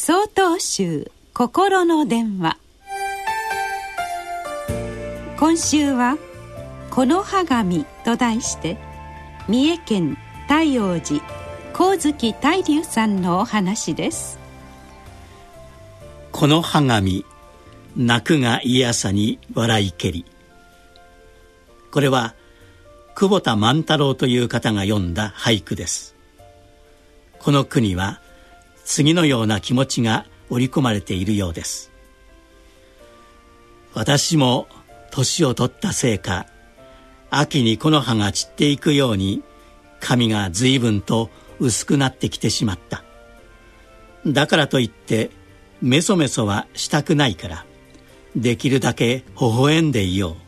曹洞宗心の電話。今週はこのはがみと題して、三重県大王寺光月大龍さんのお話です。 このはがみ、泣くがいやさに笑いけり。これは久保田万太郎という方が詠んだ俳句です。この句には次のような気持ちが織り込まれているようです。私も年を取ったせいか、秋に木の葉が散っていくように髪が随分と薄くなってきてしまった。だからといってメソメソはしたくないから、できるだけ微笑んでいよう。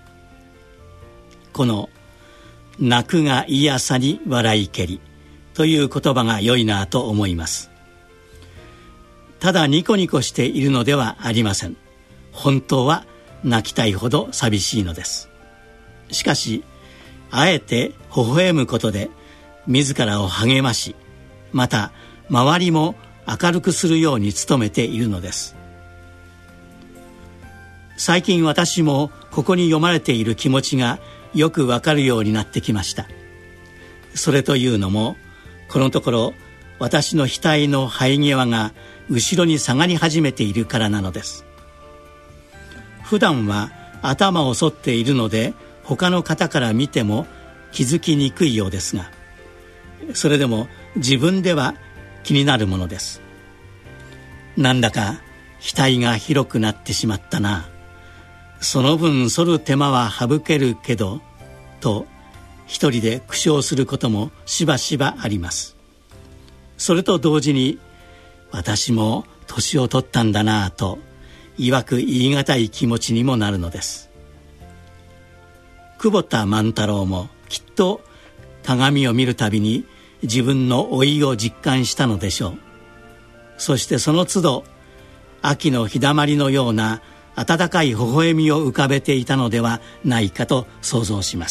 この泣くがいやさに笑いけりという言葉が良いなと思います。ただニコニコしているのではありません。本当は泣きたいほど寂しいのです。しかしあえて微笑むことで自らを励まし、また周りも明るくするように努めているのです。最近私もここに読まれている気持ちがよくわかるようになってきました。それというのも、このところ私の額の生え際が後ろに下がり始めているからなのです。普段は頭を反っているので他の方から見ても気づきにくいようですが、それでも自分では気になるものです。なんだか額が広くなってしまったな、その分剃る手間は省けるけどと一人で苦笑することもしばしばあります。それと同時に、私も年を取ったんだなぁと曰く言い難い気持ちにもなるのです。久保田万太郎もきっと鏡を見るたびに自分の老いを実感したのでしょう。そしてその都度秋の日だまりのような温かい微笑みを浮かべていたのではないかと想像します。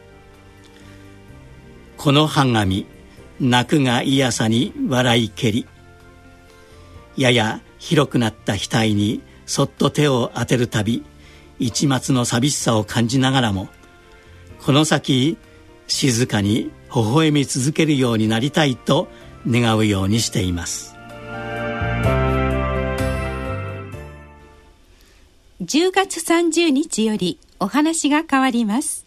このはがみ、泣くがいやさに笑いけり。やや広くなった額にそっと手を当てるたび、一抹の寂しさを感じながらも、この先静かに微笑み続けるようになりたいと願うようにしています。 10月30日よりお話が変わります。